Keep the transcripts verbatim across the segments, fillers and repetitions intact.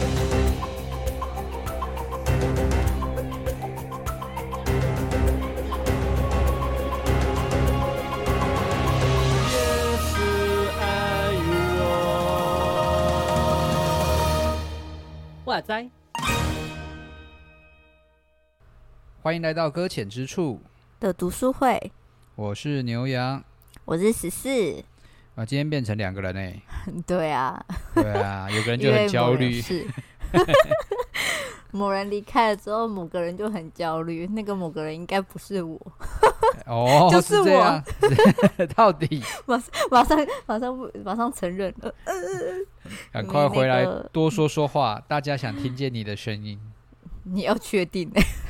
哇塞！ 欢迎来到搁浅之处的读书会， 我是牛羊， 我是十四。 啊，今天变成两个人哎。 对啊， 对啊，有个人就很焦虑。 是，某人离开了之后，某个人就很焦虑。那个某个人应该不是我。 哦， 就是我。 是这样到底马上马上马上马上承认了。 赶快回来多说说话，大家想听见你的声音。 你要确定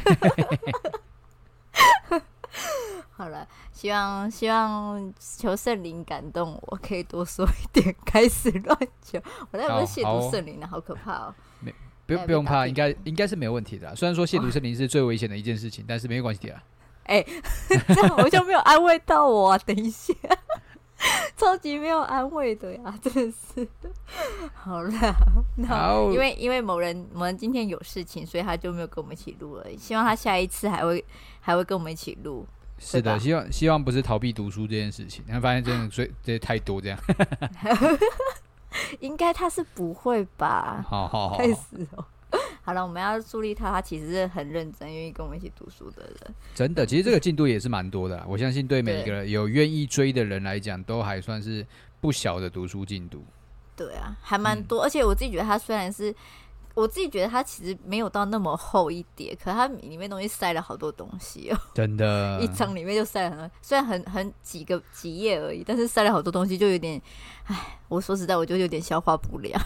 好了，希望希望求圣灵感动我，可以多说一点，开始乱讲。我在不是亵渎圣灵了，好可怕哦！ 不用不用怕，应该应该是没有问题的啦。虽然说亵渎圣灵是最危险的一件事情，但是没有关系的啦。 哎、欸，这样我就没有安慰到我啊！等一下，超级没有安慰的呀，真的是。好啦，那因为因为某人某人今天有事情，所以他就没有跟我们一起录了。希望他下一次还会还会跟我们一起录。 是的，希望希望不是逃避读书这件事情，他发现真的所以这太多这样。 应该他是不会吧？ 好好好， 开始哦。好了，我们要助力他，他其实是很认真，愿意跟我们一起读书的人。 真的，其实这个进度也是蛮多的啦。我相信对每一个有愿意追的人来讲，都还算是不小的读书进度。对啊，还蛮多、嗯，而且我自己觉得他虽然是，我自己觉得他其实没有到那么厚一叠，可他里面东西塞了好多东西哦。真的，一张里面就塞了很多，虽然很很几个几页而已，但是塞了好多东西，就有点，哎，我说实在，我就有点消化不良。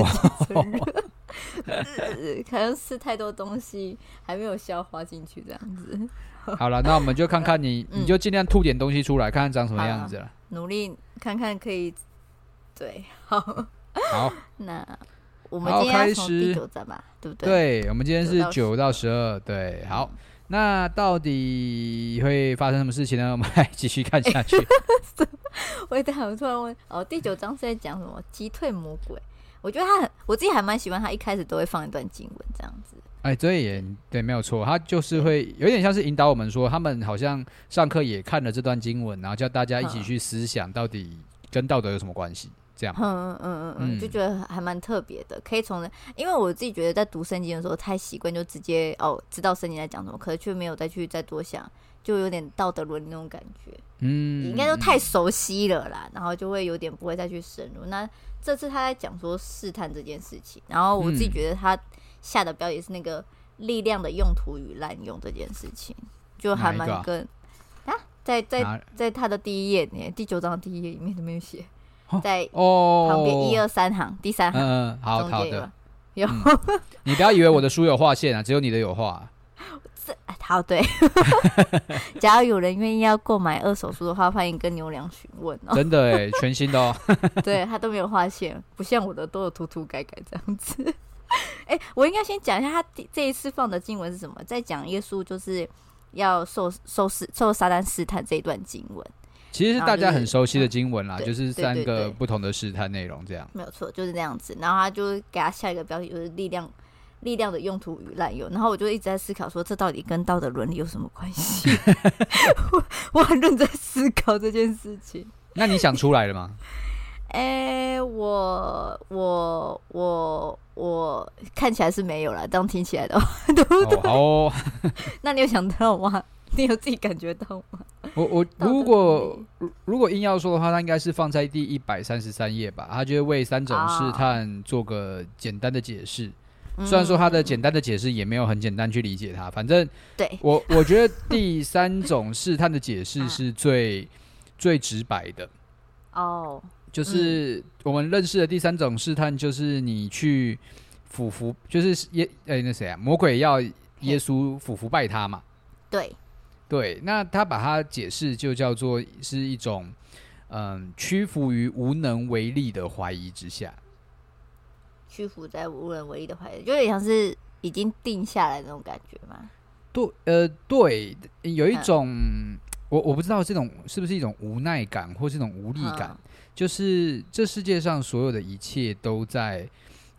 可能吃太多东西还没有消化进去这样子。 好了，那我们就看看你、嗯、你就尽量吐点东西出来，看看长什么样子了。 努力看看可以。对，好， 好， 那我们今天要从第九章吧，对不对？ 对，我们今天是九到十二，对，好，那到底会发生什么事情呢？我们来继续看下去。 我也我突然问，哦，第九章是在讲什么？击退魔鬼。我觉得他很，我自己还蛮喜欢他一开始都会放一段经文这样子。 哎，对耶，对，没有错，他就是会有点像是引导我们说，他们好像上课也看了这段经文，然后叫大家一起去思想，到底跟道德有什么关系。这样， 嗯嗯嗯嗯，就觉得还蛮特别的，可以从，因为我自己觉得在读圣经的时候太习惯就直接哦知道圣经在讲什么，可是却没有再去再多想，就有点道德伦理那种感觉，嗯，应该都太熟悉了啦，然后就会有点不会再去深入。那这次他在讲说试探这件事情，然后我自己觉得他下的标题是那个力量的用途与滥用这件事情，就还蛮跟啊，在在在他的第一页呢，第九章的第一页里面都没有写。在旁边一二三行，第三行， 嗯嗯，好好的， 有、 嗯。你不要以为我的书有划线啊，只有你的有画、啊。 好，对。假如有人愿意要购买二手书的话，欢迎跟牛良询问哦。 真的哎，全新的哦。 对，他都没有划线，不像我的都有涂涂改改这样子。哎、欸，我应该先讲一下他这一次放的经文是什么，在讲耶稣就是要受受受撒旦试探这一段经文。 其实是大家很熟悉的经文啦， 就是、 就是三个不同的试探内容这样。 没有错，就是这样子。然后他就给他下一个标题，就是力量力量的用途与滥用。然后我就一直在思考说，这到底跟道德伦理有什么关系？我, 我很认真思考这件事情。 那你想出来了吗？ 哎、欸，我我我我看起来是没有啦，这样听起来的话，对不对？ 好哦。 那你有想到吗？你有自己感觉到吗？ 我我如果如果硬要说的话，它应该是放在第一百三十三页吧。它就会为三种试探做个简单的解释。啊、虽然说它的简单的解释也没有很简单去理解它，反正对我我觉得第三种试探的解释是最、啊、最直白的。哦，就是我们认识的第三种试探，就是你去俯伏，就是耶哎那谁啊，魔鬼要耶稣俯伏拜他嘛。 对。 对，那他把它解释就叫做是一种，嗯，屈服于无能为力的怀疑之下， 屈服在无能为力的怀疑，就有点像是已经定下来的那种感觉吗？ 对，呃，对，有一种，嗯、我我不知道这种是不是一种无奈感，或是一种无力感，嗯、就是这世界上所有的一切都在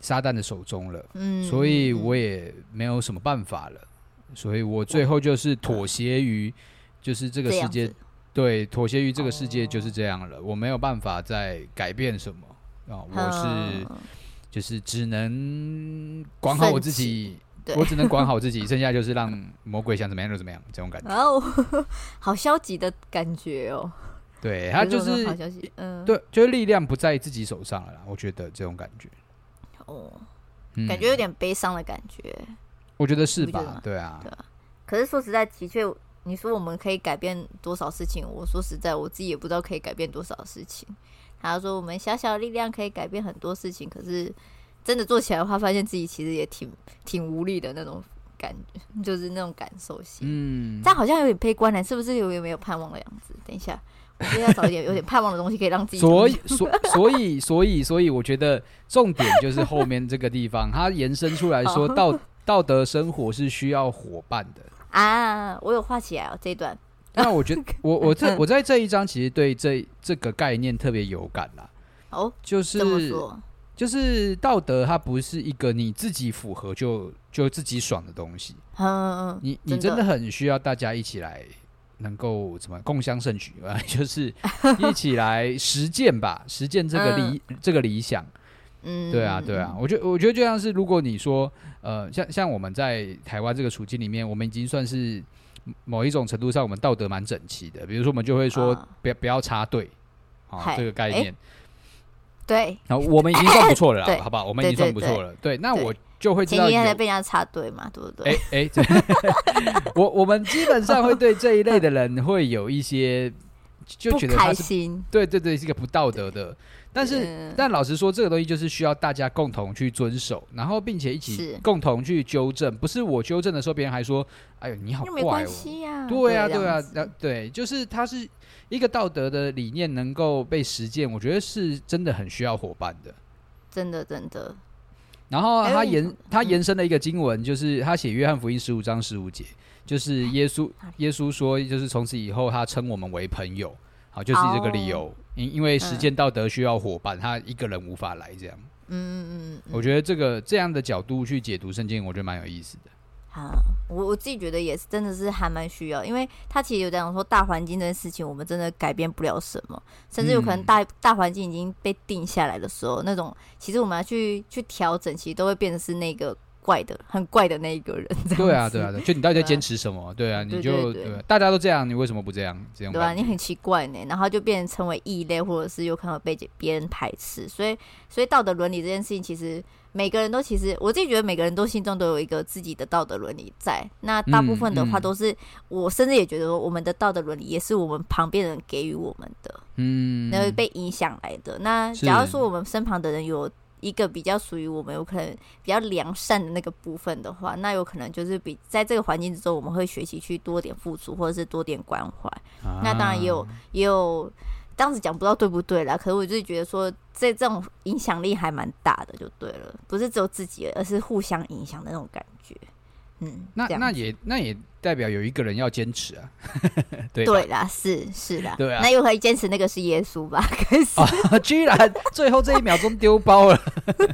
撒旦的手中了，嗯，所以我也没有什么办法了，所以我最后就是妥协于，就是这个世界，对，妥协于这个世界就是这样了，哦、我没有办法再改变什么啊，我是、嗯、就是只能管好我自己。我只能管好自己，剩下就是让魔鬼想怎么样就怎么样，这种感觉。 哦，好消极的感觉哦。 对，他就是， 好消息，嗯， 对，就是力量不在自己手上了啦。我觉得这种感觉， 哦，嗯、感觉有点悲伤的感觉。 我觉得是吧？对啊， 对啊。可是说实在，的确，你说我们可以改变多少事情？我说实在，我自己也不知道可以改变多少事情。他说我们小小的力量可以改变很多事情，可是。真的做起来的话，发现自己其实也挺挺无力的那种感觉，就是那种感受性。嗯，但好像有点悲观了，是不是有点没有盼望的样子？等一下，我觉得要找一点有点盼望的东西可以让自己。 所以，所所以，所以，所以，我觉得重点就是后面这个地方，它延伸出来说道道德生活是需要伙伴的啊。我有画起来哦这一段。 那我觉得我我这我在这一章其实对这这个概念特别有感啦。 哦， 就是这么说。 就是道德，它不是一个你自己符合就就自己爽的东西。嗯嗯，你你真的很需要大家一起来，能够怎么共襄盛举啊？就是一起来实践吧，实践这个理、嗯、这个理想。嗯，对啊对啊，我觉得我觉得就像是如果你说呃，像像我们在台湾这个处境里面，我们已经算是某一种程度上，我们道德蛮整齐的。比如说，我们就会说不要、啊、不要插队，啊，这个概念。 对， 然后我们已经算不错了啦，好不好？我们已经算不错了。对，对，对，对，那我就会知道前几天还被人家插队嘛，对不对？ 哎哎，我我们基本上会对这一类的人会有一些就觉得他是不开心， 对对对，是一个不道德的。但是，嗯、但老实说，这个东西就是需要大家共同去遵守，然后并且一起共同去纠正。不是我纠正的时候，别人还说：“哎呦，你好怪哦。” 没关系啊， 对啊，对啊，对，就是它是一个道德的理念能够被实践，我觉得是真的很需要伙伴的， 真的真的。 然后他延他延伸了一个经文，就是他写约翰福音十五章十五节，就是耶稣耶稣说，就是从此以后他称我们为朋友。好，就是这个理由，因、oh, 因为实践道德需要伙伴，嗯、他一个人无法来这样。嗯嗯嗯，我觉得这个这样的角度去解读圣经，我觉得蛮有意思的。 好，我我自己觉得也是，真的是还蛮需要，因为他其实有讲说大环境这件事情，我们真的改变不了什么，甚至有可能大、嗯、大环境已经被定下来的时候，那种其实我们要去去调整，其实都会变成是那个。怪的很怪的那一个人， 对啊对啊对，就你到底在坚持什么？对啊，你就对对对对大家都这样，你为什么不这样？这样对啊，你很奇怪呢，然后就变成成为异类，或者是有可能被别人排斥。所以，所以道德伦理这件事情，其实每个人都其实我自己觉得每个人都心中都有一个自己的道德伦理在。那大部分的话都是，嗯嗯、我甚至也觉得说，我们的道德伦理也是我们旁边人给予我们的，嗯，那被影响来的。那假如说我们身旁的人有。一个比较属于我们有可能比较良善的那个部分的话，那有可能就是比在这个环境之中，我们会学习去多点付出，或者是多点关怀。啊、那当然也有也有，当时讲不知道对不对啦，可是我就是觉得说，这这种影响力还蛮大的，就对了，不是只有自己，而是互相影响的那种感觉。嗯， 那那也那也代表有一个人要坚持啊，对对啦，是是啦， 对啊， 那又可以坚持那个是耶稣吧？开始、 啊，居然最后这一秒钟丢包了。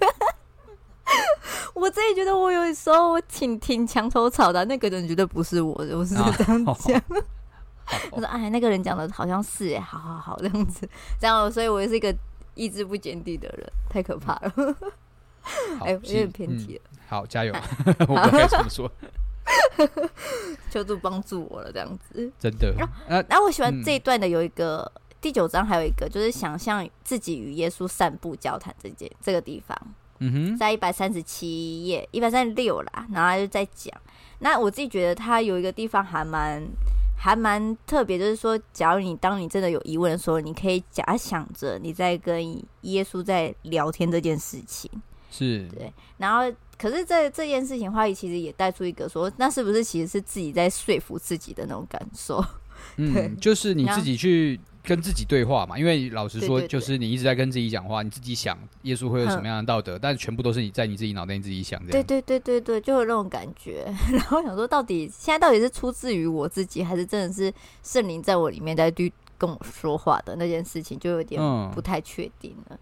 我自己觉得我有时候我挺挺墙头草的，那个人绝对不是我的，我是这样讲。他说：“哎，那个人讲的好像是哎，好好好这样子，这样，所以我也是一个意志不坚定的人，太可怕了。哎，有点偏题了。嗯” 好，加油！我不知道该怎么说。 求助帮助我了，这样子真的。 然后、啊、我喜欢这一段的有一个、嗯、第九章，还有一个就是想象自己与耶稣散步交谈这件这个地方。嗯哼，在一百三十七页、一百三十六啦，然后他就在讲。那我自己觉得他有一个地方还蛮还蛮特别，就是说，假如你当你真的有疑问的时候，你可以假想着你在跟耶稣在聊天这件事情。 是， 对，然后可是这这件事情的话，其实也带出一个说，那是不是其实是自己在说服自己的那种感受？ 嗯，就是你自己去跟自己对话嘛。因为老实说，就是你一直在跟自己讲话，你自己想耶稣会有什么样的道德，但是全部都是你在你自己脑袋你自己想这样。 对对对对对，就有那种感觉。然后想说，到底现在到底是出自于我自己，还是真的是圣灵在我里面在跟我说话的那件事情，就有点不太确定了。嗯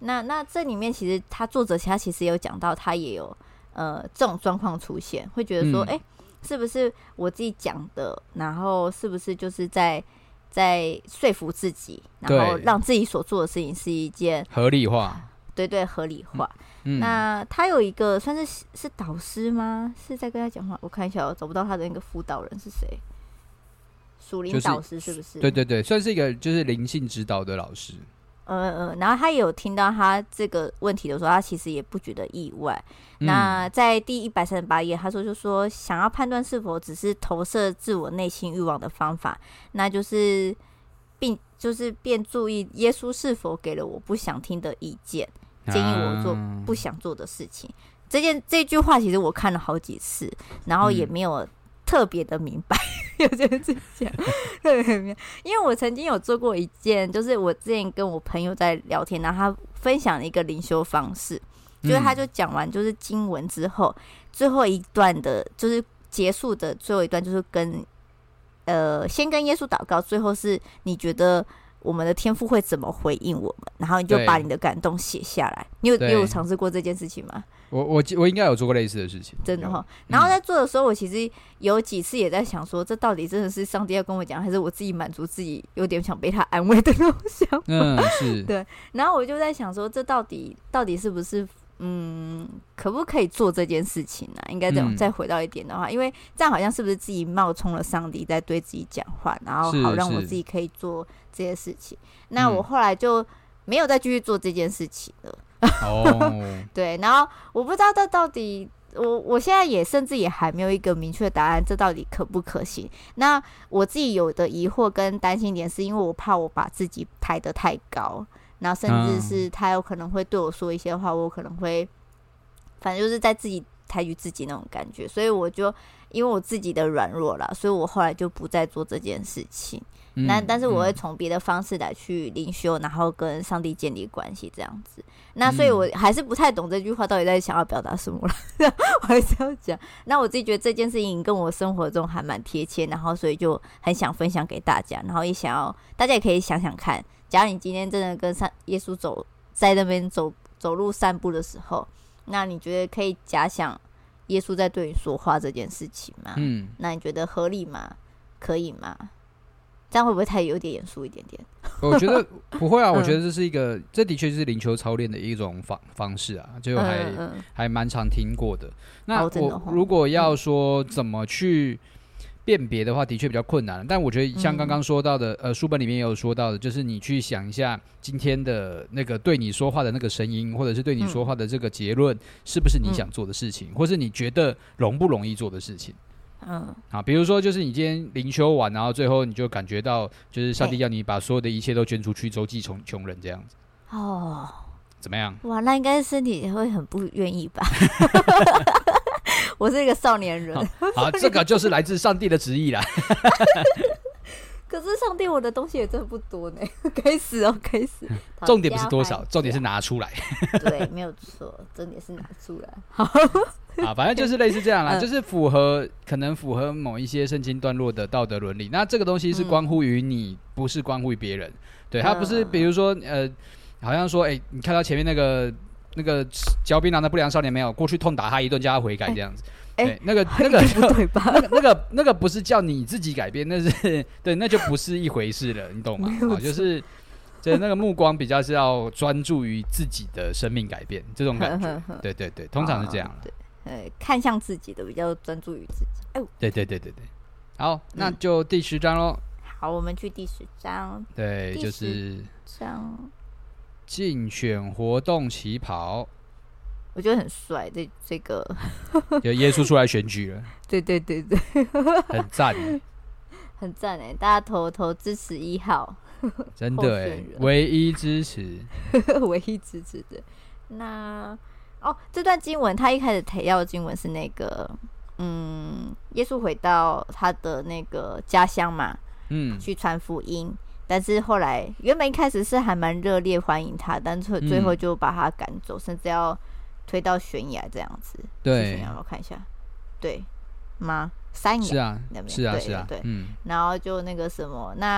那那这里面其实他作者他其实有讲到，他也有呃这种状况出现，会觉得说，哎、嗯欸，是不是我自己讲的，然后是不是就是在在说服自己，然后让自己所做的事情是一件合理化， 对对，合理化。嗯、那他有一个算是是导师吗？是在跟他讲话？我看一下，我找不到他的那个辅导人是谁。属灵导师是不是、就是？ 对对对，算是一个就是灵性指导的老师。 嗯嗯，然后他也有听到他这个问题的时候，他其实也不觉得意外。嗯、那在第一百三十八页，他说就说想要判断是否只是投射自我内心欲望的方法，那就是并就是便注意耶稣是否给了我不想听的意见，建议我做不想做的事情。啊、这件这句话其实我看了好几次，然后也没有特别的明白。有这样子讲，因为我曾经有做过一件，就是我之前跟我朋友在聊天，然后他分享了一个灵修方式，就是他就讲完就是经文之后，最后一段的，就是结束的最后一段，就是跟呃先跟耶稣祷告，最后是你觉得我们的天父会怎么回应我们，然后你就把你的感动写下来。你有你有尝试过这件事情吗？ 我我我应该有做过类似的事情， 真的哈。然后在做的时候，我其实有几次也在想说，这到底真的是上帝要跟我讲，还是我自己满足自己，有点想被他安慰的那种想法？ 嗯，是。 对。然后我就在想说，这到底到底是不是嗯，可不可以做这件事情呢、啊？应该这样、嗯、再回到一点的话，因为这样好像是不是自己冒充了上帝在对自己讲话，然后好让我自己可以做这些事情。那我后来就没有再继续做这件事情了。哦，对，然后我不知道这到底，我我现在也甚至也还没有一个明确答案，这到底可不可行？那我自己有的疑惑跟担心点，是因为我怕我把自己抬得太高，然后甚至是他有可能会对我说一些话，我可能会，反正就是在自己抬举自己那种感觉，所以我就因为我自己的软弱啦，所以我后来就不再做这件事情。嗯、那但是我会从别的方式来去灵修，然后跟上帝建立关系这样子。那所以我还是不太懂这句话到底在想要表达什么了，我还是要讲。那我自己觉得这件事情跟我生活中还蛮贴切，然后所以就很想分享给大家，然后也想要大家也可以想想看，假如你今天真的跟上耶稣走在那边走走路散步的时候，那你觉得可以假想耶稣在对你说话这件事情吗？嗯，那你觉得合理吗？可以吗？这样会不会太有点严肃一点点？ 我觉得不会啊，我觉得这是一个，这的确是灵修操练的一种方方式啊，就还、嗯嗯、还蛮常听过的。那我如果要说怎么去辨别的话，的确比较困难。但我觉得像刚刚说到的，嗯、呃，书本里面也有说到的，就是你去想一下今天的那个对你说话的那个声音，或者是对你说话的这个结论，是不是你想做的事情，嗯、或是你觉得容不容易做的事情。嗯，好，比如说就是你今天灵修完，然后最后你就感觉到，就是上帝要你把所有的一切都捐出去，周济穷穷人这样子。哦，怎么样？ 哇，那应该身体会很不愿意吧？我是一个少年人。 好，好这个就是来自上帝的旨意啦。 可是上帝，我的东西也真的不多呢，该死哦，该死！ 重点不是多少，重点是拿出来。 对，没有错，重点是拿出来。好。 啊，反正就是类似这样啦，嗯、就是符合可能符合某一些圣经段落的道德伦理。那这个东西是关乎于你，嗯、不是关乎于别人。对，它不是比如说呃，好像说哎、欸，你看到前面那个那个嚼槟榔的不良少年没有，过去痛打他一顿，叫他悔改这样子。哎、欸，那个那个不对吧？ 那个那个那个不是叫你自己改变，那是对，那就不是一回事了，你懂吗？啊，就是这那个目光比较是要专注于自己的生命改变这种感觉。对对对，通常是这样的。 呃，看向自己的比较专注于自己。哎、哦， 对对对对对，好，那就第十章喽、嗯。 好，我们去第十章。 对，就是章竞选活动起跑。 我觉得很帅，这这个有耶稣出来选举了。 对对对对， 很赞， 很赞哎！大家投投支持一号， 真的哎，唯一支持， 唯一支持的那。哦，这段经文他一开始提到的经文是那个，嗯，耶稣回到他的那个家乡嘛，嗯，去传福音，但是后来原本一开始是还蛮热烈欢迎他，但是最后就把他赶走，嗯、甚至要推到悬崖这样子。 对， 悬崖我看一下，对吗？山崖是啊，是啊，是啊， 对，嗯，然后就那个什么，那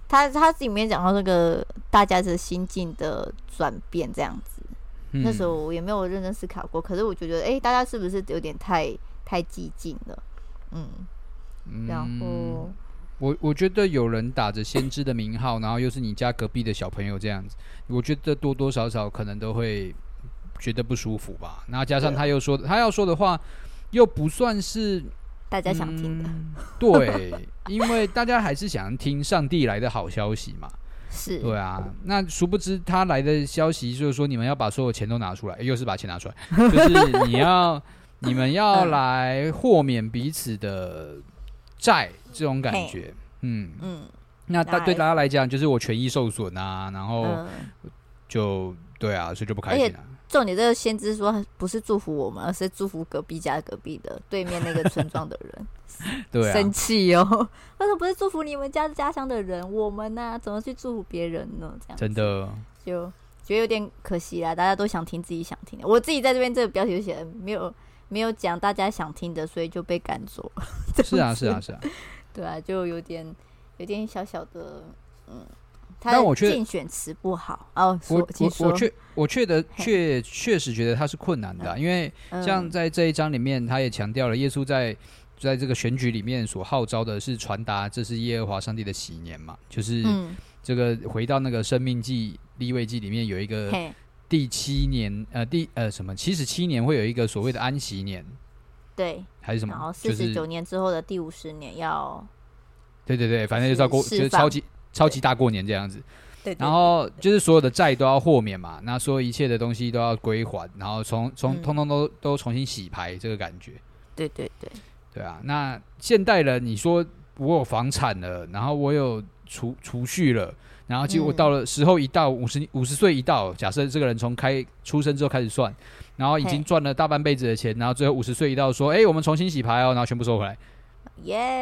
他他里面讲到那个大家的心境的转变这样子，嗯、那时候我也没有认真思考过，可是我就觉得，哎、欸，大家是不是有点太太激进了？嗯，然后我我觉得有人打着先知的名号，然后又是你家隔壁的小朋友这样子，我觉得多多少少可能都会觉得不舒服吧。然后加上他又说，他要说的话又不算是大家想听的， 嗯、对，因为大家还是想听上帝来的好消息嘛。 是， 对啊，那殊不知他来的消息就是说，你们要把所有钱都拿出来，欸、又是把钱拿出来，就是你要你们要来豁免彼此的债，这种感觉。嗯嗯，那对大家来讲，就是我权益受损啊，然后就对啊，所以就不开心了。 重点，这个先知说不是祝福我们，而是祝福隔壁家隔壁的对面那个村庄的人。 对啊， 生气哦！他说不是祝福你们家家乡的人，我们呢、啊、怎么去祝福别人呢？这样真的就觉得有点可惜啦。大家都想听自己想听的，我自己在这边这个标题就写了没有没有讲大家想听的，所以就被赶走了。 是啊，是啊，是啊。 对啊，就有点有点小小的嗯。他的竞选词不好哦， 我我我确我确的确确实觉得他是困难的、啊嗯，因为像在这一章里面，他也强调了耶稣在在这个选举里面所号召的是传达这是耶和华上帝的喜年嘛，就是这个回到那个申命记、利未记里面有一个第七年呃第呃什么七十七年会有一个所谓的安息年， 对， 还是什么？ 然后四十九年之后的第五十年要， 对对对，反正就是要过，就是超级。超级大过年这样子， 对， 然后就是所有的债都要豁免嘛，那所有一切的东西都要归还，然后从从、嗯、通通都都重新洗牌，这个感觉。 对对对， 对啊。那现代人，你说我有房产了，然后我有储储蓄了，然后结果到了时候一到五十五十岁一到，假设这个人从开出生之后开始算，然后已经赚了大半辈子的钱，然后最后五十岁一到说，哎、欸，我们重新洗牌哦，然后全部收回来。 耶、yeah, ，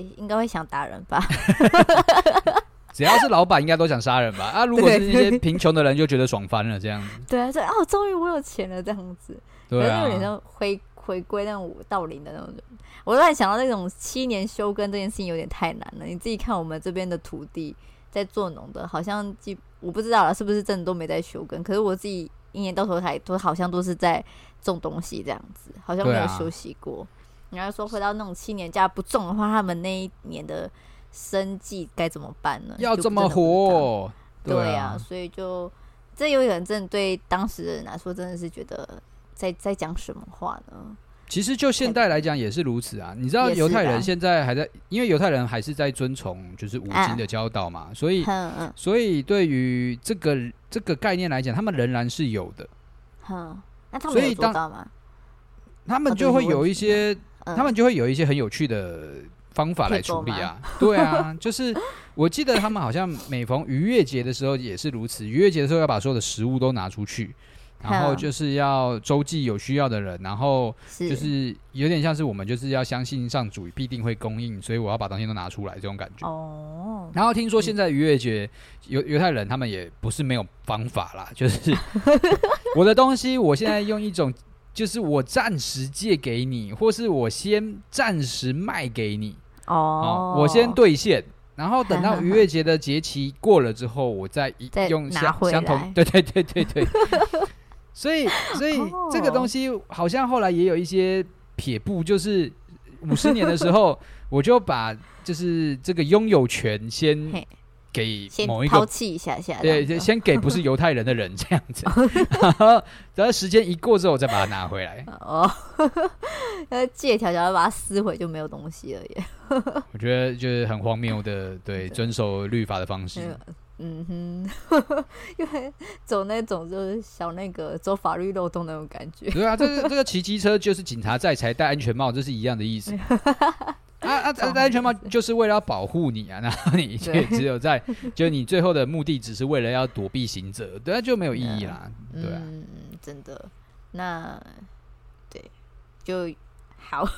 应该会想打人吧？ 只要是老板，应该都想杀人吧？啊，如果是那些贫穷的人，就觉得爽翻了这样子。 对啊，对哦，终于我有钱了这样子。 对啊， 有点像回回归那种到零的那种。我突然想到那种七年休耕这件事情有点太难了。你自己看我们这边的土地，在做农的，好像我不知道了，是不是真的都没在休耕？可是我自己一年到头来都好像都是在种东西这样子，好像没有休息过。你要说回到那种七年假不种的话，他们那一年的生计该怎么办呢？ 要这么活？ 对啊，啊所以就这有点真的对当时的人来说，真的是觉得在在讲什么话呢？ 其实就现代来讲也是如此啊。你知道犹太人现在还在，因为犹太人还是在遵从就是五经的教导嘛，啊、所以、嗯、所以对于这个这个概念来讲，他们仍然是有的。 嗯，那他们有做到吗？ 他们就会有一些。嗯、他们就会有一些很有趣的方法来处理啊，对啊，就是我记得他们好像每逢逾越节的时候也是如此，逾越节的时候要把所有的食物都拿出去，然后就是要周济有需要的人，然后就是有点像是我们就是要相信上主必定会供应，所以我要把东西都拿出来这种感觉。哦，然后听说现在逾越节犹犹太人他们也不是没有方法啦，就是我的东西我现在用一种。就是我暂时借给你，或是我先暂时卖给你 oh. 哦， 我先兑现，然后等到逾越节的节期过了之后，我再用相相同，对对对对对。所以所以、oh. 这个东西好像后来也有一些撇步，就是五十年的时候，我就把就是这个拥有权先。给某一个抛弃一下下， 对，先给不是犹太人的人这样子，然后等到时间一过之后，我再把它拿回来。 哦，借条条把它撕毁就没有东西了耶。 我觉得就是很荒谬的，对，遵守律法的方式。 嗯哼，因为走那种就是小那个走法律漏洞那种感觉。 对啊，这个这个骑机车就是警察在才戴安全帽，这是一样的意思。啊啊！戴安全帽就是为了要保护你啊，然后你却只有在，就你最后的目的只是为了要躲避刑责，对啊，就没有意义啦， 嗯、 对啊， 嗯，真的，那对就好，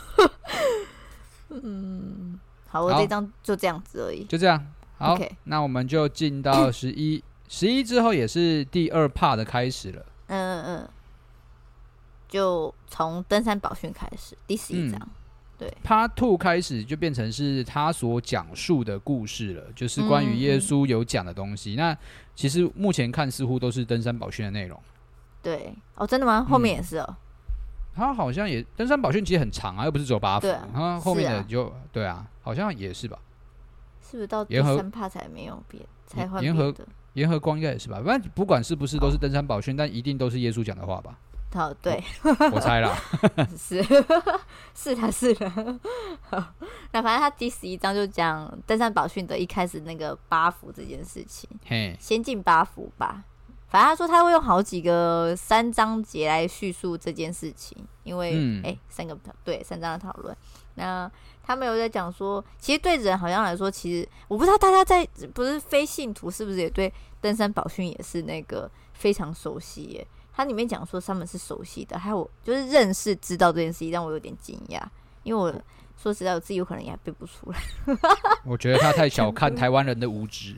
嗯，好，我这张就这样子而已， 就这样，好， okay. 那我们就进到十一，十一之后也是第二 part 的开始了， 嗯嗯，就从登山宝训开始，第十一章。嗯对 Part Two 开始就变成是他所讲述的故事了，就是关于耶稣有讲的东西。嗯、那其实目前看似乎都是登山宝训的内容。 对，哦，真的吗？后面也是哦。嗯、 他好像也登山宝训其实很长啊，又不是只有八幅，然后、啊、后面的就、啊、对啊，好像也是吧？ 是不是到第三 part 才没有变，才换别的？ 联合光应该也是吧？反正不管是不是都是登山宝训，但一定都是耶稣讲的话吧？ 好，对， 我, 我猜啦， 是是的，是的。那反正他第十一章就讲登山宝训的一开始那个八幅这件事情，先进八幅吧。反正他说他会用好几个三章节来叙述这件事情，因为哎、嗯欸、三个对三章的讨论。那他们有在讲说，其实对人好像来说，其实我不知道大家在不是非信徒是不是也对登山宝训也是那个非常熟悉耶？它里面讲说他们是熟悉的，还有就是认识知道这件事情，让我有点惊讶，因为我说实在我自己有可能也还背不出来。 我觉得他太小看台湾人的无知。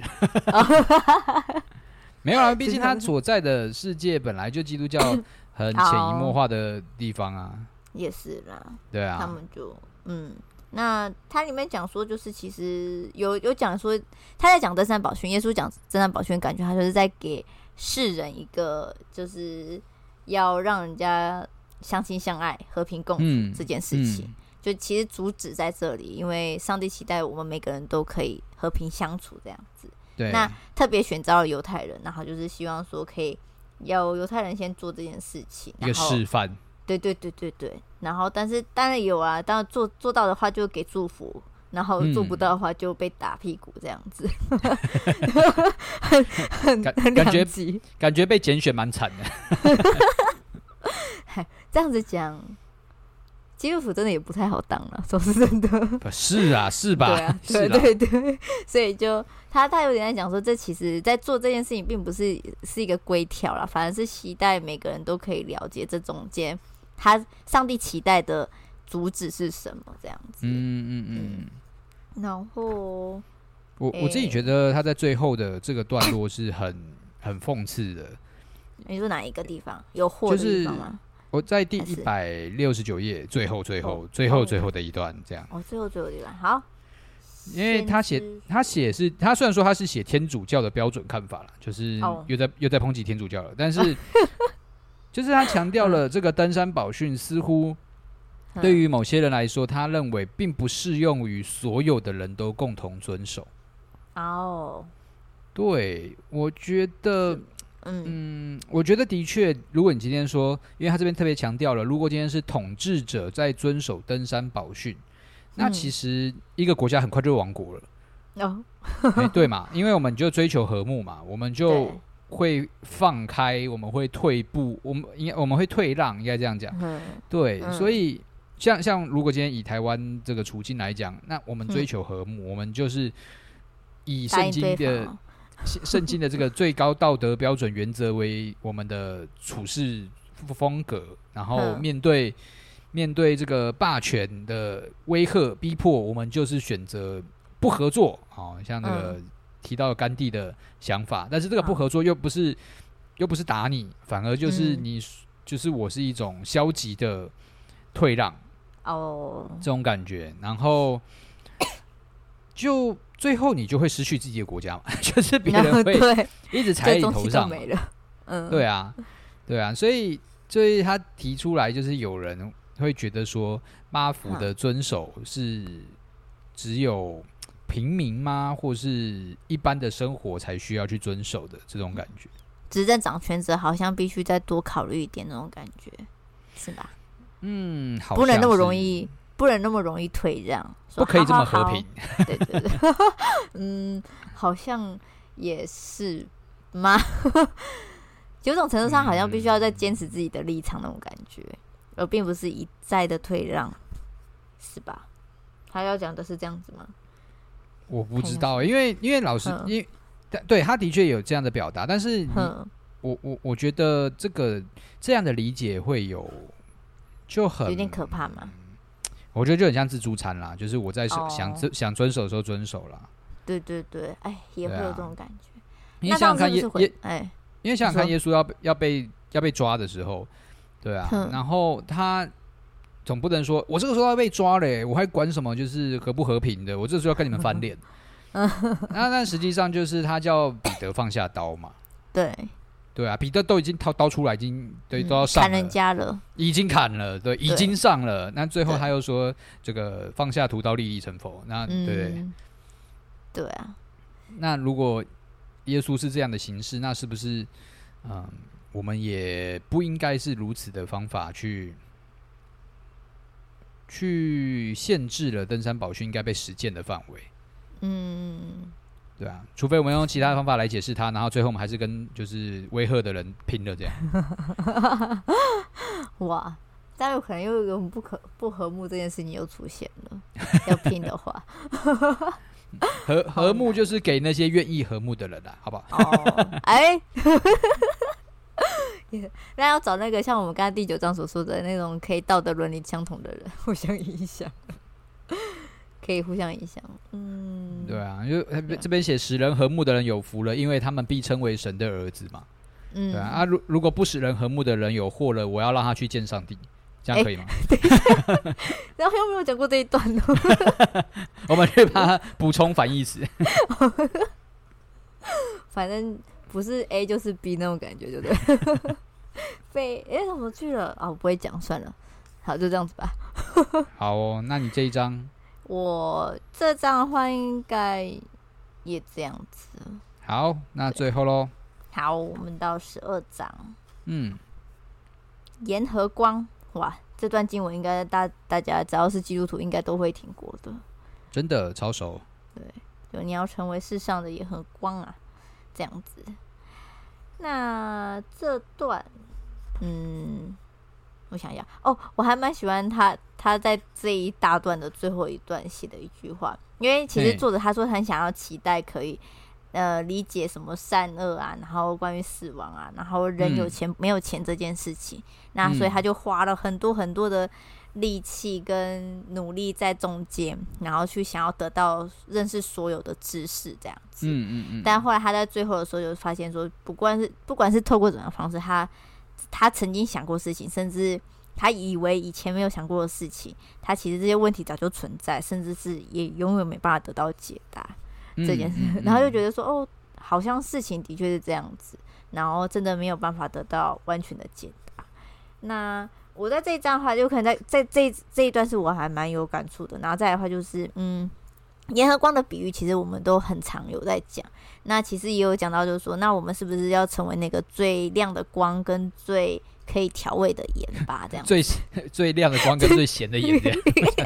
没有啊，毕竟他所在的世界本来就基督教很潜移默化的地方啊。 也是啦， 对啊， 他们就嗯，那它里面讲说，就是其实有有讲说，他在讲登山宝训，耶稣讲登山宝训，感觉他就是在给世人一个，就是要让人家相亲相爱、和平共处这件事情。嗯嗯、就其实主旨在这里，因为上帝期待我们每个人都可以和平相处这样子。 对， 那特别选召了犹太人，然后就是希望说可以要犹太人先做这件事情， 一个示范。 对对对对对，然后但是当然有啊，当然做做到的话就给祝福，然后做不到的话就被打屁股这样子， 嗯、很很感觉感觉被拣选蛮惨的。 这样子讲，基督徒真的也不太好当了，说是真的。 是啊，是吧？ 对啊，对对对，所以就他他有点在讲说，这其实在做这件事情并不是是一个规条啦，反而是期待每个人都可以了解这中间。他上帝期待的主旨是什么？这样子， 嗯嗯嗯。 嗯然后， 我我自己觉得他在最后的这个段落是很很讽刺的。 你说哪一个地方有祸的地方吗？就是、 我在第一百六十九页最后最后、哦、最后最后的一段这样。 哦，最后最后的一段好。 因为他写他写是他虽然说他是写天主教的标准看法啦，就是又在、哦、又在抨击天主教了，但是。就是他强调了这个登山宝训，似乎对于某些人来说，他认为并不适用于所有的人都共同遵守。哦，对，我觉得，嗯嗯，我觉得的确，如果你今天说，因为他这边特别强调了，如果今天是统治者在遵守登山宝训，那其实一个国家很快就亡国了。哦，欸、对嘛？因为我们就追求和睦嘛，我们就。会放开，我们会退步，我们应该我们会退让，应该这样讲。嗯、对、嗯，所以像像如果今天以台湾这个处境来讲，那我们追求和睦，嗯、我们就是以圣经的圣经的这个最高道德标准原则为我们的处事风格，然后面对、嗯、面对这个霸权的威吓逼迫，我们就是选择不合作。好、哦，像那个。嗯提到甘地的想法，但是这个不合作又不是、哦、又不是打你，反而就是你、嗯、就是我是一种消极的退让哦，这种感觉，然后就最后你就会失去自己的国家嘛，就是别人会一直踩在你头上，没了，嗯，对啊，对啊，所以所以他提出来，就是有人会觉得说八福的遵守是只有。平民吗？或是一般的生活才需要去遵守的这种感觉？ 执政掌权者好像必须再多考虑一点那种感觉，是吧？ 嗯，好像是不能那么容易，不能那么容易退让， 不可以这么和平。 好好对对对，嗯，好像也是吗？有种程度上，好像必须要再坚持自己的立场那种感觉，嗯、而并不是一再的退让，是吧？他要讲的是这样子吗？ 我不知道，因为因为老师，因为对他的确有这样的表达，但是我我我觉得这个这样的理解会有就很有点可怕嘛。 我觉得就很像自助餐啦，就是我在想、哦、想遵守的时候遵守啦。 对对对，哎，也会有这种感觉。 你想想看耶，耶， 哎， 因为想想看耶稣要要被要被抓的时候，对啊，然后他总不能说我这个时候要被抓嘞，我还管什么就是和不和平的，我这时候要跟你们翻脸。那但实际上就是他叫彼得放下刀嘛。 对。 对啊，彼得都已经掏刀出来，已经对都要上了， 砍人家了， 已经砍了，对，已经上了。那最后他又说这个放下屠刀，立地成佛。那对不对？嗯， 对啊。 那如果耶稣是这样的形式，那是不是嗯，我们也不应该是如此的方法去去限制了登山宝训应该被实践的范围？嗯。对啊，除非我们用其他的方法来解释它，然后最后我们还是跟就是威吓的人拼了这样。 哇，但有可能又有一个不可不和睦这件事情又出现了，要拼的话。 和和睦就是给那些愿意和睦的人啦，好不好？ 哦，哎，那要找那个像我们刚才第九章所说的那种可以道德伦理相同的人，互相影响。可以互相影响，嗯， 对啊，因为这边写使人和睦的人有福了，因为他们必称为神的儿子嘛，嗯，对啊，啊如如果不使人和睦的人有祸了，我要让他去见上帝，这样可以吗？ 欸、然后又没有讲过这一段呢， 我们去把它补充反义词， 反正不是 A 就是 B 那种感觉，对不对？被哎怎么去了啊？我不会讲，算了，好，就这样子吧。 好哦，那你这一章。 我这张的话应该也这样子。 好，那最后咯。 好，我们到十二章。嗯，盐和光，哇，这段经文应该大大家只要是基督徒应该都会听过的。 真的超熟。 对，就你要成为世上的盐和光啊，这样子。那这段，嗯。我想想哦，我还蛮喜欢他他在这一大段的最后一段写的一句话，因为其实作者他说很想要期待可以呃理解什么善恶啊，然后关于死亡啊，然后人有钱、嗯、没有钱这件事情，那所以他就花了很多很多的力气跟努力在中间，然后去想要得到认识所有的知识这样子。嗯嗯嗯。但后来他在最后的时候就发现说，不管是不管是透过怎样的方式，他他曾经想过事情，甚至他以为以前没有想过的事情，他其实这些问题早就存在，甚至是也永远没办法得到解答、嗯、这件事、嗯嗯、然后就觉得说哦，好像事情的确是这样子，然后真的没有办法得到完全的解答。那我在这一章的话就可能在在这这一段是我还蛮有感触的，然后再来的话就是嗯盐和光的比喻其实我们都很常有在讲，那其实也有讲到就是说，那我们是不是要成为那个最亮的光跟最可以调味的盐巴这样最最亮的光跟最咸的盐这样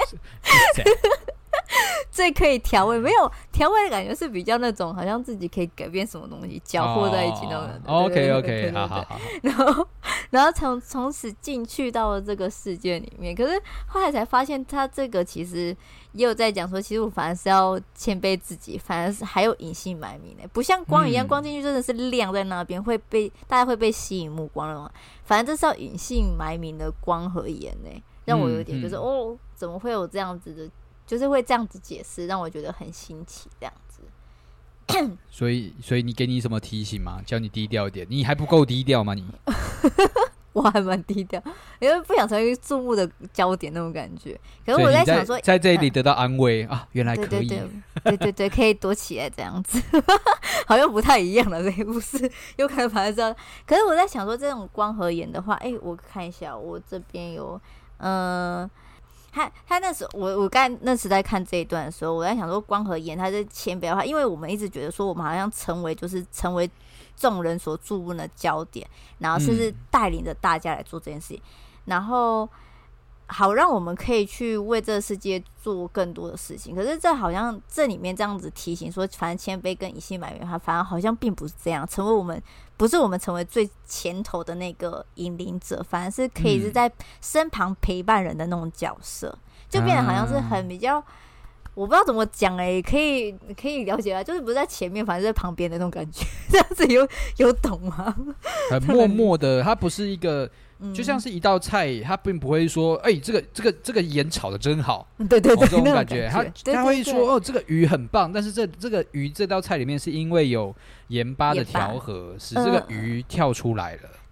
最可以调味，没有调味的感觉是比较那种好像自己可以改变什么东西搅和在一起那种、 哦、OK OK 好好好， 然后然后从从此进去到了这个世界里面，可是后来才发现他这个其实也有在讲说，其实我反而是要谦卑自己，反而是还有隐姓埋名的，不像光一样、嗯、光进去真的是亮在那边，会被大家会被吸引目光了，反正这是要隐姓埋名的光和盐呢，让我有点就是、嗯嗯、哦怎么会有这样子的，就是会这样子解释，让我觉得很新奇这样子。 所以，所以你给你什么提醒吗？叫你低调一点，你还不够低调吗？你？ 我还蛮低调，因为不想成为注目的焦点那种感觉。可是我在想说， 在, 在这里得到安慰、嗯、啊，原来可以， 对对对，对对对，可以躲起来这样子，好像不太一样了，这一不是有可能反而知道。可是我在想说，这种光和盐的话，哎、欸，我看一下，我这边有，嗯、呃。他他那时候我我刚那时在看这一段的时候，我在想说光和盐他在谦卑的话，因为我们一直觉得说我们好像成为就是成为众人所注目的焦点，然后甚至带领着大家来做这件事情、嗯、然后好让我们可以去为这个世界做更多的事情。可是这好像这里面这样子提醒说，反正谦卑跟隐姓埋名，它反而好像并不是这样，成为我们不是我们成为最前头的那个引领者，反而是可以是在身旁陪伴人的那种角色，嗯、就变得好像是很比较，我不知道怎么讲哎、欸，可以可以了解啊，就是不是在前面，反正在旁边的那种感觉，这样子有有懂吗？ 很默默的，它不是一个。就像是一道菜，他并不会说，哎、欸，这个这个这个盐炒的真好， 对对对， 哦、这种感觉，他他会说，哦，这个鱼很棒，但是这这个鱼这道菜里面是因为有盐巴的调和，使这个鱼跳出来了。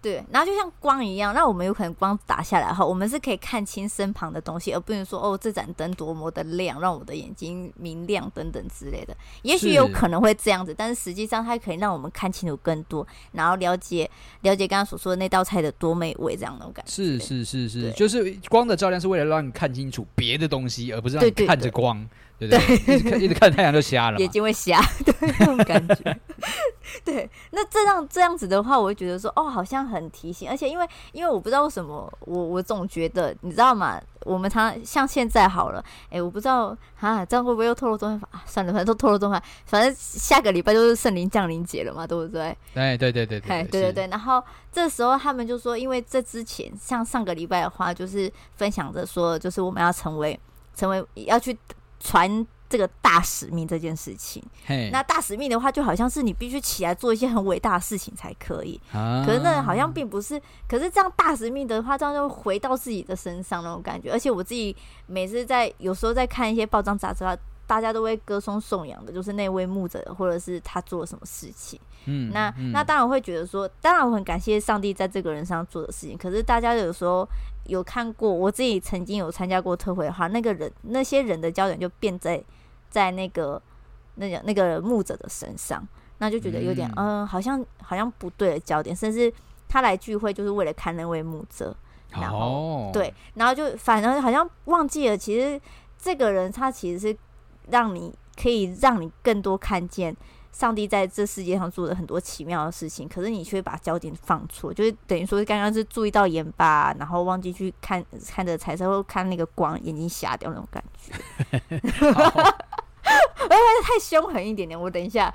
对，然后就像光一样，那我们有可能光打下来后，我们是可以看清身旁的东西，而不是说哦这盏灯多么的亮，让我的眼睛明亮等等之类的。也许有可能会这样子，但是实际上它可以让我们看清楚更多，然后了解了解刚刚所说的那道菜的多美味，这样的感觉。 是是是是，就是光的照亮是为了让你看清楚别的东西，而不是让你看着光。对对对，对一直看一直看太阳就瞎了嘛， 眼睛会瞎，对那种感觉。对，那这样这样子的话，我会觉得说，哦，好像很提醒，而且因为因为我不知道为什么，我我总觉得，你知道吗？我们常像现在好了，哎，我不知道啊，这样会不会又透露东西？啊，算了，反正都透露东西，反正下个礼拜就是圣灵降临节了嘛，对不对？ 哎，对对对对， 哎，对对对。然后这时候他们就说，因为这之前像上个礼拜的话，就是分享着说，就是我们要成为成为要去传这个大使命这件事情。那大使命的话，就好像是你必须起来做一些很伟大的事情才可以。啊、可是那好像并不是。可是这样大使命的话，这样就回到自己的身上那种感觉。而且我自己每次在有时候在看一些报章杂志啊，大家都会歌颂颂扬的，就是那位牧者或者是他做了什么事情。嗯，那、嗯、那当然会觉得说，当然我很感谢上帝在这个人上做的事情。可是大家有时候有看过，我自己曾经有参加过特会的话，那个人那些人的焦点就变在在那个那个那个牧者的身上，那就觉得有点嗯、呃，好像好像不对的焦点，甚至他来聚会就是为了看那位牧者，然后、哦、对，然后就反而好像忘记了，其实这个人他其实是让你可以让你更多看见上帝在这世界上做了很多奇妙的事情，可是你却把焦点放错，就是等于说刚刚是注意到盐巴，然后忘记去看看着彩色或看那个光，眼睛瞎掉那种感觉。哎，太凶狠一点点，我等一下。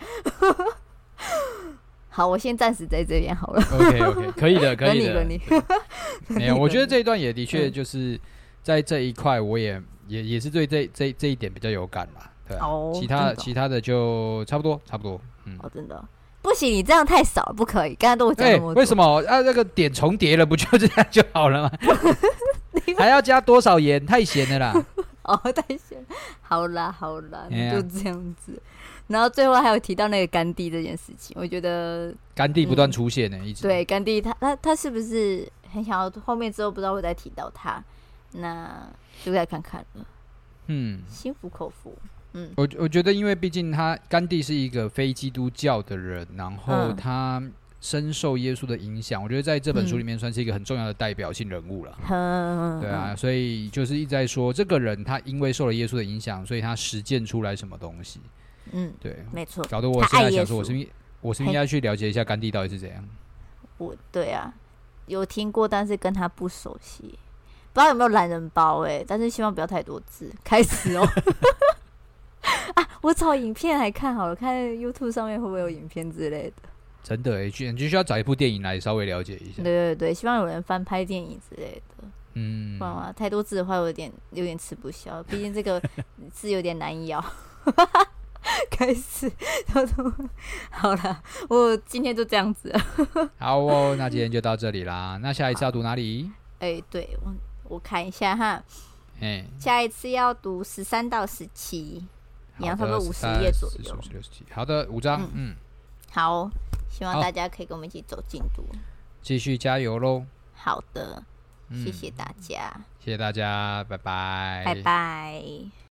好，我先暂时在这边好了。 OK OK， 可以的，可以的。 轮你， 没有，我觉得这一段也的确就是在这一块，我也也也是对这这这一点比较有感啦。对啊，哦、其他其他的就差不多，差不多。嗯， 哦，真的不行，你这样太少了，不可以。刚才都讲那么多、 欸，为什么啊？那个点重叠了，不就这样就好了吗？还要加多少盐？太咸了啦！ 哦，太咸，好啦好啦，欸啊、就这样子。然后最后还有提到那个甘地这件事情，我觉得甘地不断出现呢、欸嗯，一直对甘地他他他是不是很想要后面之后不知道会再提到他？那就再看看了。嗯，心服口服。嗯， 我我觉得，因为毕竟他甘地是一个非基督教的人，然后他深受耶稣的影响，我觉得在这本书里面算是一个很重要的代表性人物了。嗯，对啊，所以就是一直在说，这个人他因为受了耶稣的影响，所以他实践出来什么东西。 嗯， 对， 没错。 搞得我现在想说，我是不是我是不是应该去了解一下甘地到底是怎样？ 我对啊，有听过，但是跟他不熟悉，不知道有没有懒人包哎、欸，但是希望不要太多字。开始哦。啊！我找影片来看好了，看 YouTube 上面会不会有影片之类的。 真的哎，你就需要找一部电影来稍微了解一下。 对对对，希望有人翻拍电影之类的。嗯，不然啊，太多字的话，有点有点吃不消，毕竟这个字有点难咬。开始，好了，我今天就这样子了。 好哦，那今天就到这里啦。那下一次要读哪里？ 哎、欸，对我我看一下哈。哎、欸，下一次要读十三到十七。你要差不多五十页左右。 好的，五章。嗯，嗯好，希望大家可以跟我们一起走进度， 继续加油喽。 好的，谢谢大家， 嗯、谢谢大家，拜拜， 拜拜。